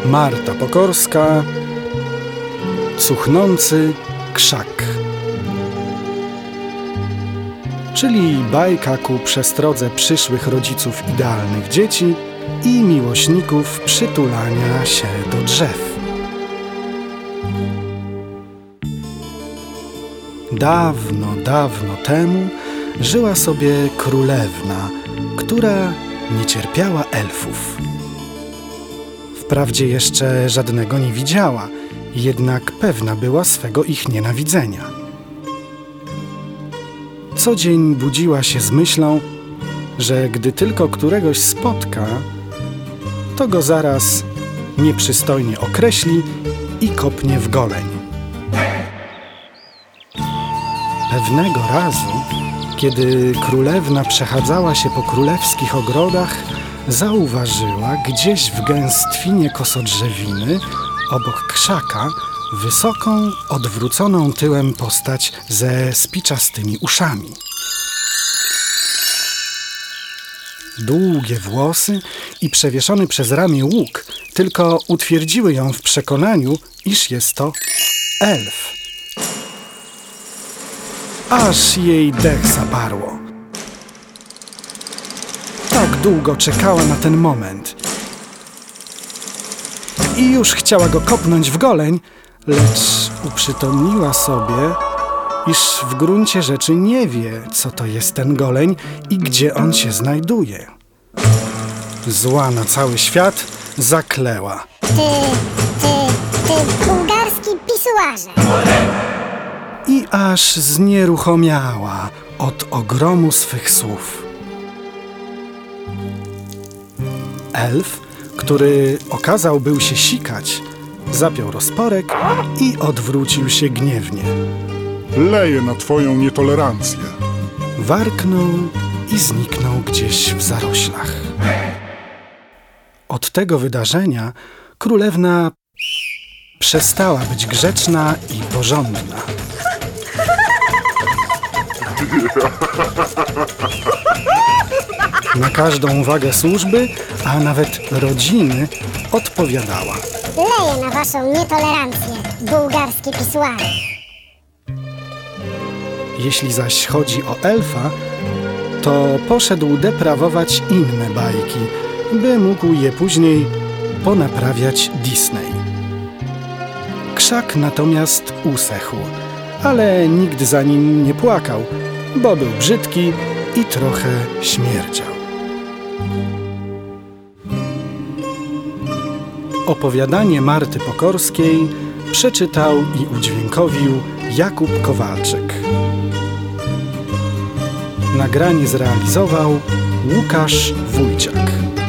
Marta Pokorska, Cuchnący krzak. Czyli bajka ku przestrodze przyszłych rodziców idealnych dzieci i miłośników przytulania się do drzew. Dawno, dawno temu żyła sobie królewna, która nie cierpiała elfów. Wprawdzie jeszcze żadnego nie widziała, jednak pewna była swego ich nienawidzenia. Co dzień budziła się z myślą, że gdy tylko któregoś spotka, to go zaraz nieprzystojnie określi i kopnie w goleń. Pewnego razu, kiedy królewna przechadzała się po królewskich ogrodach, zauważyła gdzieś w gęstwinie kosodrzewiny, obok krzaka, wysoką, odwróconą tyłem postać ze spiczastymi uszami. Długie włosy i przewieszony przez ramię łuk tylko utwierdziły ją w przekonaniu, iż jest to elf. Aż jej dech zaparło. Tak długo czekała na ten moment. I już chciała go kopnąć w goleń, lecz uprzytomniła sobie, iż w gruncie rzeczy nie wie, co to jest ten goleń i gdzie on się znajduje. Zła na cały świat zakleła. Ty bułgarski pisuarze! I aż znieruchomiała od ogromu swych słów. Elf, który okazał był się sikać, zapiął rozporek i odwrócił się gniewnie. Leję na twoją nietolerancję. Warknął i zniknął gdzieś w zaroślach. Od tego wydarzenia królewna przestała być grzeczna i porządna. Na każdą uwagę służby, a nawet rodziny odpowiadała. Leję na waszą nietolerancję, bułgarskie pisuary. Jeśli zaś chodzi o elfa, to poszedł deprawować inne bajki, by mógł je później ponaprawiać Disney. Krzak natomiast usechł, ale nikt za nim nie płakał, bo był brzydki i trochę śmierdział. Opowiadanie Marty Pokorskiej przeczytał i udźwiękowił Jakub Kowalczyk. Nagranie zrealizował Łukasz Wójciak.